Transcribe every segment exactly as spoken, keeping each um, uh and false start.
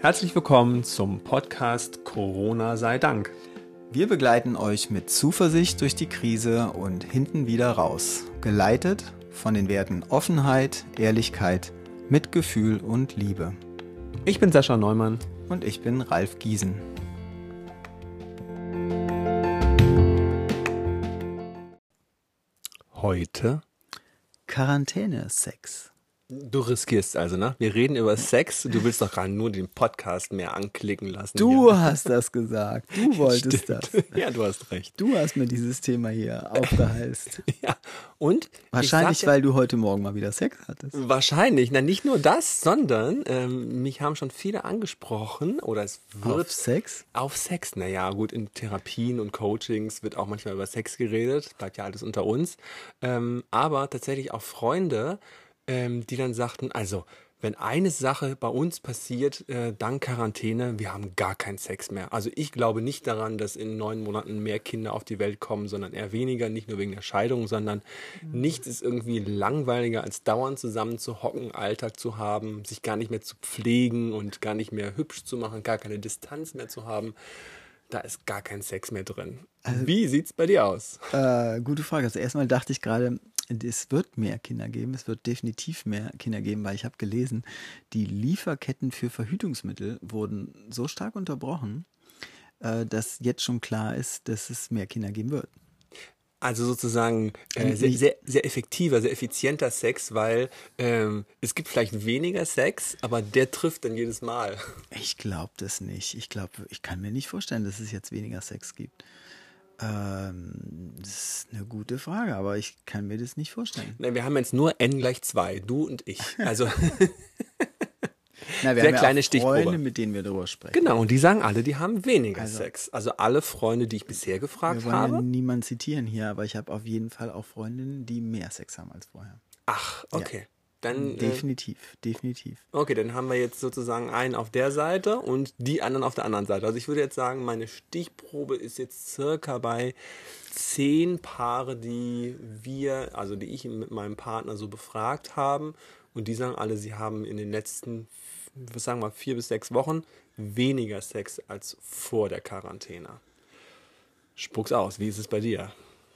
Herzlich willkommen zum Podcast Corona sei Dank. Wir begleiten euch mit Zuversicht durch die Krise und hinten wieder raus, geleitet von den Werten Offenheit, Ehrlichkeit, Mitgefühl und Liebe. Ich bin Sascha Neumann. Und ich bin Ralf Giesen. Heute Quarantäne-Sex. Du riskierst also, ne? Wir reden über Sex. Du willst doch gerade nur den Podcast mehr anklicken lassen. Du hier. hast das gesagt. Du wolltest Stimmt. das. Ja, du hast recht. Du hast mir dieses Thema hier aufgehalst. Ja, und? Wahrscheinlich, ja, weil du heute Morgen mal wieder Sex hattest. Wahrscheinlich. Na, nicht nur das, sondern ähm, mich haben schon viele angesprochen. Oder es wird... Auf Sex? Auf Sex. Naja, gut, in Therapien und Coachings wird auch manchmal über Sex geredet. Bleibt ja alles unter uns. Ähm, aber tatsächlich auch Freunde... Ähm, die dann sagten, also wenn eine Sache bei uns passiert, äh, dank Quarantäne, wir haben gar keinen Sex mehr. Also ich glaube nicht daran, dass in neun Monaten mehr Kinder auf die Welt kommen, sondern eher weniger, nicht nur wegen der Scheidung, sondern mhm. nichts ist irgendwie langweiliger, als dauernd zusammen zu hocken, Alltag zu haben, sich gar nicht mehr zu pflegen und gar nicht mehr hübsch zu machen, gar keine Distanz mehr zu haben. Da ist gar kein Sex mehr drin. Also, wie sieht's bei dir aus? Äh, gute Frage. Also erstmal dachte ich gerade, es wird mehr Kinder geben, es wird definitiv mehr Kinder geben, weil ich habe gelesen, die Lieferketten für Verhütungsmittel wurden so stark unterbrochen, äh, dass jetzt schon klar ist, dass es mehr Kinder geben wird. Also sozusagen äh, sehr, sehr, sehr effektiver, sehr effizienter Sex, weil ähm, es gibt vielleicht weniger Sex, aber der trifft dann jedes Mal. Ich glaube das nicht. Ich glaube, ich kann mir nicht vorstellen, dass es jetzt weniger Sex gibt. Ähm, das ist eine gute Frage, aber ich kann mir das nicht vorstellen. Na, wir haben jetzt nur n gleich zwei, du und ich. Also Na, wir sehr haben kleine ja Stichprobe. Freunde, mit denen wir darüber sprechen. Genau, und die sagen alle, die haben weniger also, Sex. Also alle Freunde, die ich bisher gefragt wir wollen habe. Ja niemanden zitieren hier, aber ich habe auf jeden Fall auch Freundinnen, die mehr Sex haben als vorher. Ach, okay. Ja. Dann, definitiv, äh, definitiv. Okay, dann haben wir jetzt sozusagen einen auf der Seite und die anderen auf der anderen Seite. Also ich würde jetzt sagen, meine Stichprobe ist jetzt circa bei zehn Paare, die wir, also die ich mit meinem Partner so befragt haben. Und die sagen alle, sie haben in den letzten, was sagen wir, vier bis sechs Wochen weniger Sex als vor der Quarantäne. Spuck's aus, wie ist es bei dir?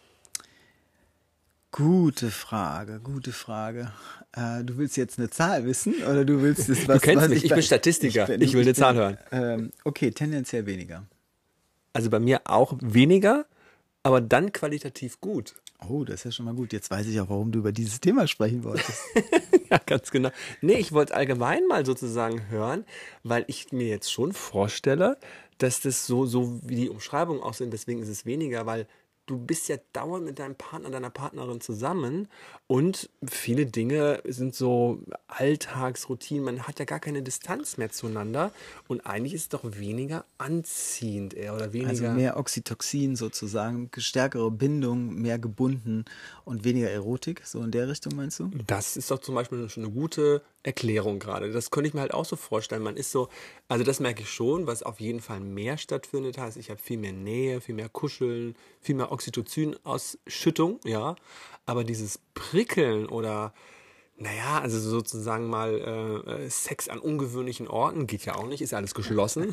Gute Frage, gute Frage. Äh, du willst jetzt eine Zahl wissen oder du willst es was? Du kennst was mich, ich, ich bin Statistiker, ich, bin, ich will ich eine bin, Zahl hören. Ähm, okay, tendenziell weniger. Also bei mir auch weniger, aber dann qualitativ gut. Oh, das ist ja schon mal gut. Jetzt weiß ich auch, warum du über dieses Thema sprechen wolltest. Ja, ganz genau. Nee, ich wollte allgemein mal sozusagen hören, weil ich mir jetzt schon vorstelle, dass das so, so wie die Umschreibungen auch sind, deswegen ist es weniger, weil du bist ja dauernd mit deinem Partner, deiner Partnerin zusammen und viele Dinge sind so Alltagsroutinen, man hat ja gar keine Distanz mehr zueinander und eigentlich ist es doch weniger anziehend eher oder weniger... Also mehr Oxytocin sozusagen, stärkere Bindung, mehr gebunden und weniger Erotik, so in der Richtung meinst du? Das ist doch zum Beispiel schon eine gute Erklärung gerade. Das könnte ich mir halt auch so vorstellen. Man ist so, also das merke ich schon, was auf jeden Fall mehr stattfindet, heißt, ich habe viel mehr Nähe, viel mehr Kuscheln, viel mehr Oxytocin-Ausschüttung, ja. Aber dieses Prickeln oder, naja, also sozusagen mal äh, Sex an ungewöhnlichen Orten geht ja auch nicht, ist ja alles geschlossen.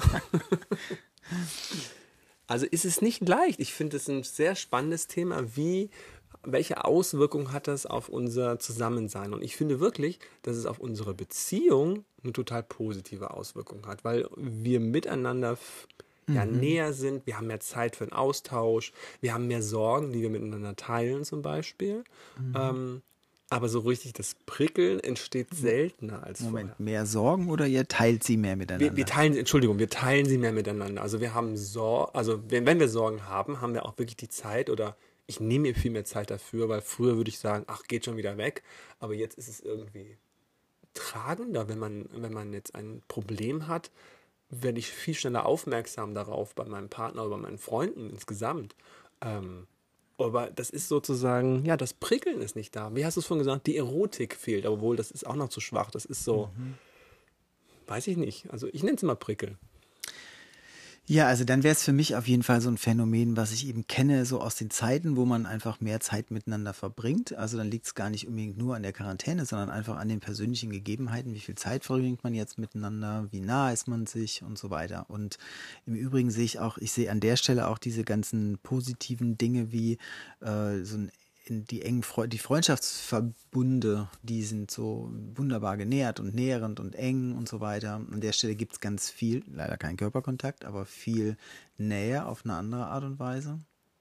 Also ist es nicht leicht. Ich finde es ein sehr spannendes Thema, wie welche Auswirkungen hat das auf unser Zusammensein? Und ich finde wirklich, dass es auf unsere Beziehung eine total positive Auswirkung hat, weil wir miteinander ja, mhm. näher sind, wir haben mehr Zeit für einen Austausch, wir haben mehr Sorgen, die wir miteinander teilen zum Beispiel. Mhm. Ähm, aber so richtig das Prickeln entsteht seltener als Moment, vorher. Mehr Sorgen oder ihr teilt sie mehr miteinander? Wir, wir teilen, Entschuldigung, wir teilen sie mehr miteinander. Also wir haben Sorgen, also wenn, wenn wir Sorgen haben, haben wir auch wirklich die Zeit oder ich nehme mir viel mehr Zeit dafür, weil früher würde ich sagen, ach, geht schon wieder weg. Aber jetzt ist es irgendwie tragender, wenn man, wenn man jetzt ein Problem hat, werde ich viel schneller aufmerksam darauf bei meinem Partner oder bei meinen Freunden insgesamt. Ähm, aber das ist sozusagen, ja, das Prickeln ist nicht da. Wie hast du es vorhin gesagt? Die Erotik fehlt, obwohl das ist auch noch zu schwach. Das ist so, mhm. weiß ich nicht. Also ich nenne es immer Prickeln. Ja, also dann wäre es für mich auf jeden Fall so ein Phänomen, was ich eben kenne, so aus den Zeiten, wo man einfach mehr Zeit miteinander verbringt. Also dann liegt es gar nicht unbedingt nur an der Quarantäne, sondern einfach an den persönlichen Gegebenheiten. Wie viel Zeit verbringt man jetzt miteinander? Wie nah ist man sich und so weiter? Und im Übrigen sehe ich auch, ich sehe an der Stelle auch diese ganzen positiven Dinge wie äh, so ein in die engen Fre die Freundschaftsverbunde, die sind so wunderbar genährt und nährend und eng und so weiter. An der Stelle gibt es ganz viel, leider kein Körperkontakt, aber viel Nähe auf eine andere Art und Weise.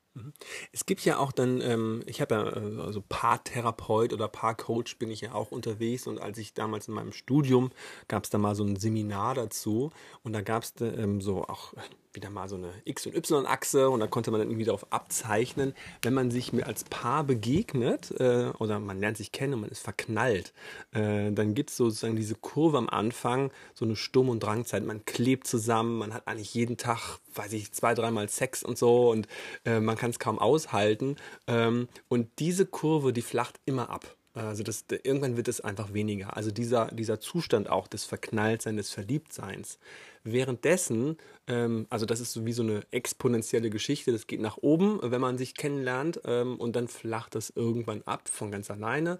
Es gibt ja auch dann, ähm, ich habe ja, äh, also Paartherapeut oder Paarcoach bin ich ja auch unterwegs, und als ich damals in meinem Studium, gab es da mal so ein Seminar dazu, und da gab es ähm, so auch wieder mal so eine X- und Y-Achse, und da konnte man dann irgendwie darauf abzeichnen, wenn man sich mir als Paar begegnet äh, oder man lernt sich kennen und man ist verknallt, äh, dann gibt es sozusagen diese Kurve am Anfang, so eine Sturm- und Drangzeit, man klebt zusammen, man hat eigentlich jeden Tag, weiß ich, zwei, dreimal Sex und so, und äh, man kann es kaum aushalten, ähm, und diese Kurve, die flacht immer ab. Also das, irgendwann wird es einfach weniger. Also dieser, dieser Zustand auch des Verknalltseins, des Verliebtseins. Währenddessen, ähm, also das ist so wie so eine exponentielle Geschichte, das geht nach oben, wenn man sich kennenlernt, ähm, und dann flacht das irgendwann ab von ganz alleine.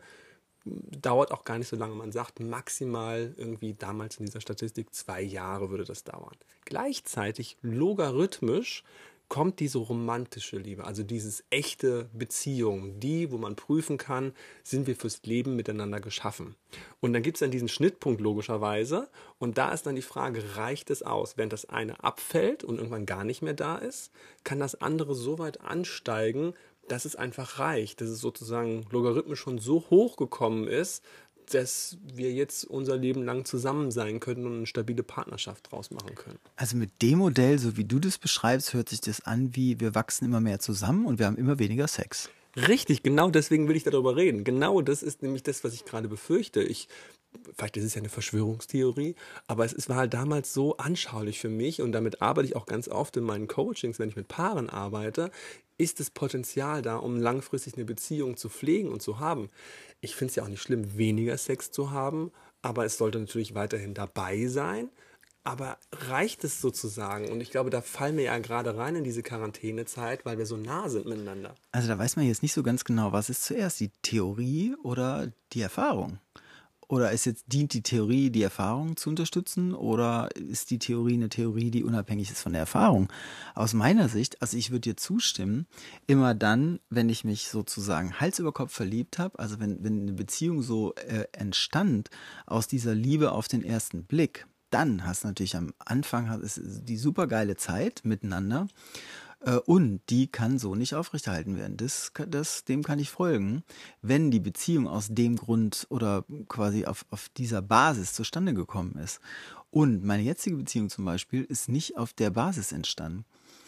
Dauert auch gar nicht so lange. Man sagt maximal irgendwie damals in dieser Statistik zwei Jahre würde das dauern. Gleichzeitig logarithmisch kommt diese romantische Liebe, also dieses echte Beziehung, die, wo man prüfen kann, sind wir fürs Leben miteinander geschaffen. Und dann gibt es dann diesen Schnittpunkt logischerweise, und da ist dann die Frage, reicht es aus? Während das eine abfällt und irgendwann gar nicht mehr da ist, kann das andere so weit ansteigen, dass es einfach reicht, dass es sozusagen logarithmisch schon so hoch gekommen ist, dass wir jetzt unser Leben lang zusammen sein können und eine stabile Partnerschaft draus machen können. Also mit dem Modell, so wie du das beschreibst, hört sich das an wie wir wachsen immer mehr zusammen und wir haben immer weniger Sex. Richtig, genau deswegen will ich darüber reden. Genau das ist nämlich das, was ich gerade befürchte. Ich, vielleicht ist es ja eine Verschwörungstheorie, aber es ist, war halt damals so anschaulich für mich, und damit arbeite ich auch ganz oft in meinen Coachings, wenn ich mit Paaren arbeite, ist das Potenzial da, um langfristig eine Beziehung zu pflegen und zu haben. Ich finde es ja auch nicht schlimm, weniger Sex zu haben, aber es sollte natürlich weiterhin dabei sein. Aber reicht es sozusagen? Und ich glaube, da fallen wir ja gerade rein in diese Quarantänezeit, weil wir so nah sind miteinander. Also da weiß man jetzt nicht so ganz genau, was ist zuerst, die Theorie oder die Erfahrung? Oder ist jetzt, dient die Theorie, die Erfahrung zu unterstützen, oder ist die Theorie eine Theorie, die unabhängig ist von der Erfahrung? Aus meiner Sicht, also ich würde dir zustimmen, immer dann, wenn ich mich sozusagen Hals über Kopf verliebt habe, also wenn, wenn eine Beziehung so äh, entstand aus dieser Liebe auf den ersten Blick, dann hast du natürlich am Anfang hast, ist die super geile Zeit miteinander. Äh, Und die kann so nicht aufrechterhalten werden. Das, das, dem kann ich folgen, wenn die Beziehung aus dem Grund oder quasi auf, auf dieser Basis zustande gekommen ist. Und meine jetzige Beziehung zum Beispiel ist nicht auf der Basis entstanden.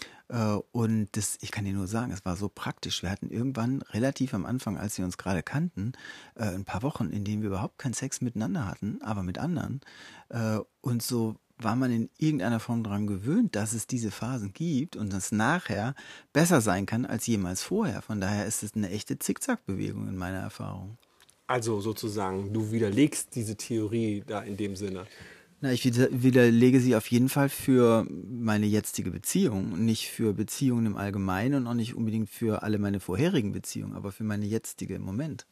Äh, Und das, ich kann dir nur sagen, es war so praktisch. Wir hatten irgendwann relativ am Anfang, als wir uns gerade kannten, äh, ein paar Wochen, in denen wir überhaupt keinen Sex miteinander hatten, aber mit anderen. Äh, Und so war man in irgendeiner Form daran gewöhnt, dass es diese Phasen gibt und dass nachher besser sein kann als jemals vorher. Von daher ist es eine echte Zickzackbewegung in meiner Erfahrung. Also sozusagen, du widerlegst diese Theorie da in dem Sinne. Na, ich wider- widerlege sie auf jeden Fall für meine jetzige Beziehung, nicht für Beziehungen im Allgemeinen und auch nicht unbedingt für alle meine vorherigen Beziehungen, aber für meine jetzige im Moment.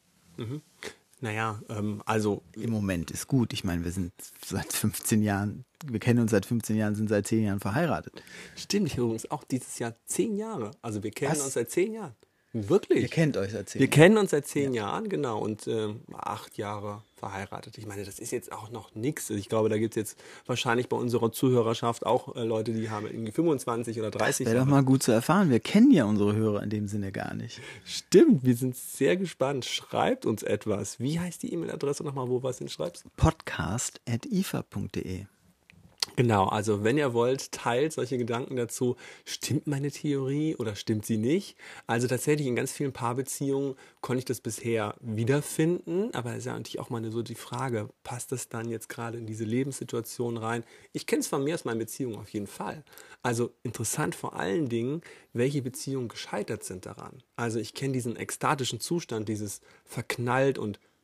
Naja, ähm, also Im Moment ist gut. Ich meine, wir sind seit fünfzehn Jahren, wir kennen uns seit fünfzehn Jahren, sind seit zehn Jahren verheiratet. stimmt, ich übrigens auch dieses Jahr zehn Jahre. Also wir kennen Was? uns seit zehn Jahren. Ihr Wirklich? kennt euch seit zehn Wir Jahren. kennen uns seit zehn Jahren, genau, und ähm, acht Jahre verheiratet. Ich meine, das ist jetzt auch noch nichts. Ich glaube, da gibt es jetzt wahrscheinlich bei unserer Zuhörerschaft auch äh, Leute, die haben irgendwie fünfundzwanzig oder dreißig Wäre doch Jahre. mal gut zu erfahren. Wir kennen ja unsere Hörer in dem Sinne gar nicht. Stimmt, wir sind sehr gespannt. Schreibt uns etwas. Wie heißt die E-Mail-Adresse nochmal, wo du was hinschreibst? podcast at i f a punkt d e. Genau, also wenn ihr wollt, teilt solche Gedanken dazu. Stimmt meine Theorie oder stimmt sie nicht? Also tatsächlich in ganz vielen Paarbeziehungen konnte ich das bisher wiederfinden, aber es ist ja natürlich auch mal so die Frage, passt das dann jetzt gerade in diese Lebenssituation rein? Ich kenne es von mir aus meinen Beziehungen auf jeden Fall. Also interessant vor allen Dingen, welche Beziehungen gescheitert sind daran. Also ich kenne diesen ekstatischen Zustand, dieses verknallt und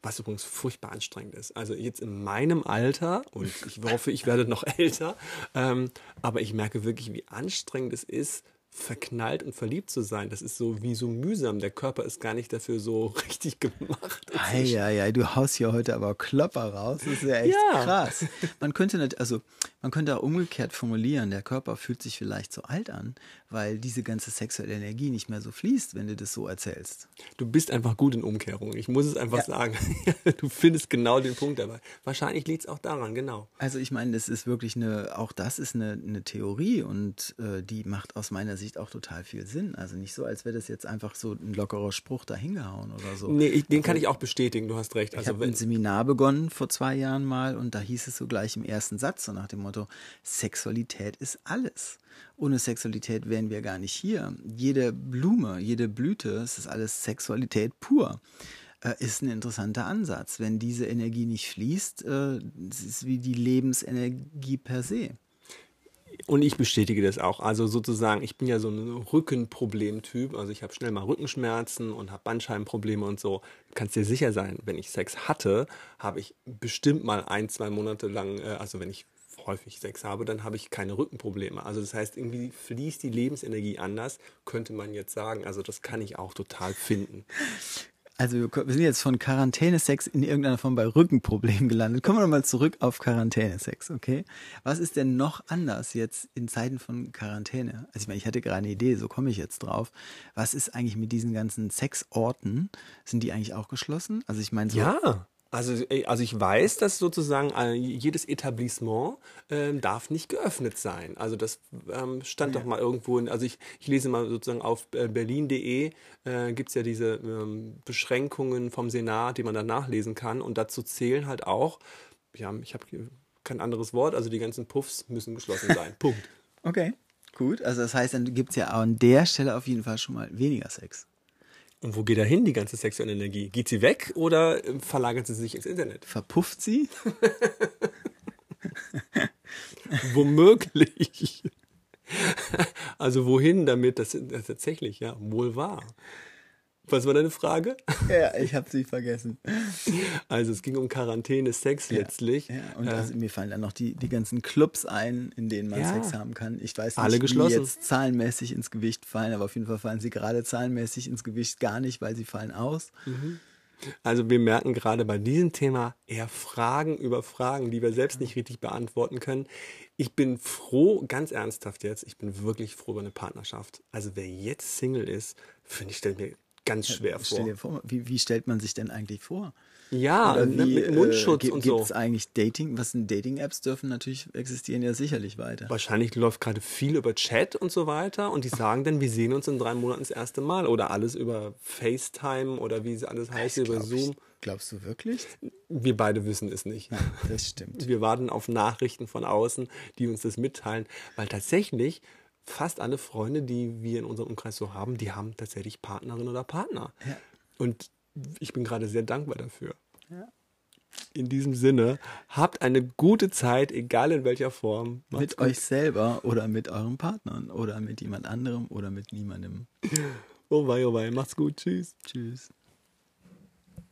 was übrigens furchtbar anstrengend ist. Also jetzt in meinem Alter, und ich hoffe, ich werde noch älter, ähm, aber ich merke wirklich, wie anstrengend es ist, verknallt und verliebt zu sein. Das ist so wie so mühsam. Der Körper ist gar nicht dafür so richtig gemacht. Ei, ei, ei, du haust hier heute aber Klopper raus. Das ist ja echt Ja. krass. Man könnte nicht, also man könnte auch umgekehrt formulieren, der Körper fühlt sich vielleicht so alt an, weil diese ganze sexuelle Energie nicht mehr so fließt, wenn du das so erzählst. Du bist einfach gut in Umkehrung. Ich muss es einfach Ja. sagen. Du findest genau den Punkt dabei. Wahrscheinlich liegt es auch daran, genau. Also ich meine, das ist wirklich eine, auch das ist eine, eine Theorie und äh, die macht aus meiner Sicht auch total viel Sinn. Also nicht so, als wäre das jetzt einfach so ein lockerer Spruch dahingehauen oder so. Nee, ich, den kann ich auch bestätigen, du hast recht. Ich Also habe ein wenn, Seminar begonnen vor zwei Jahren mal und da hieß es so gleich im ersten Satz, so nach dem Motto, Sexualität ist alles. Ohne Sexualität wären wir gar nicht hier. Jede Blume, jede Blüte, es ist alles Sexualität pur. Äh, ist ein interessanter Ansatz. Wenn diese Energie nicht fließt, äh, es ist wie die Lebensenergie per se. Und ich bestätige das auch. Also sozusagen, ich bin ja so ein Rückenproblemtyp. Also ich habe schnell mal Rückenschmerzen und habe Bandscheibenprobleme und so. Du kannst dir sicher sein, wenn ich Sex hatte, habe ich bestimmt mal ein, zwei Monate lang, äh, also wenn ich häufig Sex habe, dann habe ich keine Rückenprobleme. Also das heißt, irgendwie fließt die Lebensenergie anders, könnte man jetzt sagen. Also das kann ich auch total finden. Also wir wir sind jetzt von Quarantänesex in irgendeiner Form bei Rückenproblemen gelandet. Kommen wir nochmal zurück auf Quarantänesex, okay? Was ist denn noch anders jetzt in Zeiten von Quarantäne? Also ich meine, ich hatte gerade eine Idee, so komme ich jetzt drauf. Was ist eigentlich mit diesen ganzen Sexorten? Sind die eigentlich auch geschlossen? Also ich meine so... Ja, also, äh, also ich weiß, dass sozusagen äh, jedes Etablissement ähm, darf nicht geöffnet sein. Also das ähm, stand Ja. doch mal irgendwo, in, also ich, ich lese mal sozusagen auf äh, berlin punkt de äh, gibt es ja diese ähm, Beschränkungen vom Senat, die man dann nachlesen kann. Und dazu zählen halt auch, ja, ich habe kein anderes Wort, also die ganzen Puffs müssen geschlossen sein. Punkt. Okay, gut. Also das heißt, dann gibt es ja an der Stelle auf jeden Fall schon mal weniger Sex. Und wo geht da hin, die ganze sexuelle Energie? Geht sie weg oder äh, verlagert sie sich ins Internet? Verpufft sie? Womöglich. Also wohin damit? Das ist tatsächlich, ja, wohl wahr. Was war deine Frage? Ja, ich habe sie vergessen. Also es ging um Quarantäne, Sex letztlich. Ja, und Äh, also mir fallen dann noch die, die ganzen Clubs ein, in denen man Ja. Sex haben kann. Ich weiß nicht, Alle wie geschlossen. jetzt zahlenmäßig ins Gewicht fallen, aber auf jeden Fall fallen sie gerade zahlenmäßig ins Gewicht gar nicht, weil sie fallen aus. Also wir merken gerade bei diesem Thema eher Fragen über Fragen, die wir selbst nicht richtig beantworten können. Ich bin froh, ganz ernsthaft jetzt, ich bin wirklich froh über eine Partnerschaft. Also wer jetzt Single ist, finde ich, stellt mir ganz schwer Stell vor. dir vor, wie, wie stellt man sich denn eigentlich vor? Ja, Oder ne, wie, mit Mundschutz äh, und gibt so. es eigentlich Dating? Was sind Dating-Apps dürfen natürlich existieren ja sicherlich weiter. Wahrscheinlich läuft gerade viel über Chat und so weiter und die sagen dann, wir sehen uns in drei Monaten das erste Mal oder alles über FaceTime oder wie es alles heißt, über Glaub Zoom. ich, glaubst du wirklich? Wir beide wissen es nicht. Ja, das stimmt. Wir warten auf Nachrichten von außen, die uns das mitteilen, weil tatsächlich fast alle Freunde, die wir in unserem Umkreis so haben, die haben tatsächlich Partnerin oder Partner. Ja. Und ich bin gerade sehr dankbar dafür. Ja. In diesem Sinne, habt eine gute Zeit, egal in welcher Form. Macht's Mit gut. euch selber oder mit euren Partnern oder mit jemand anderem oder mit niemandem. Oh wei, oh wei, macht's gut, tschüss. Tschüss.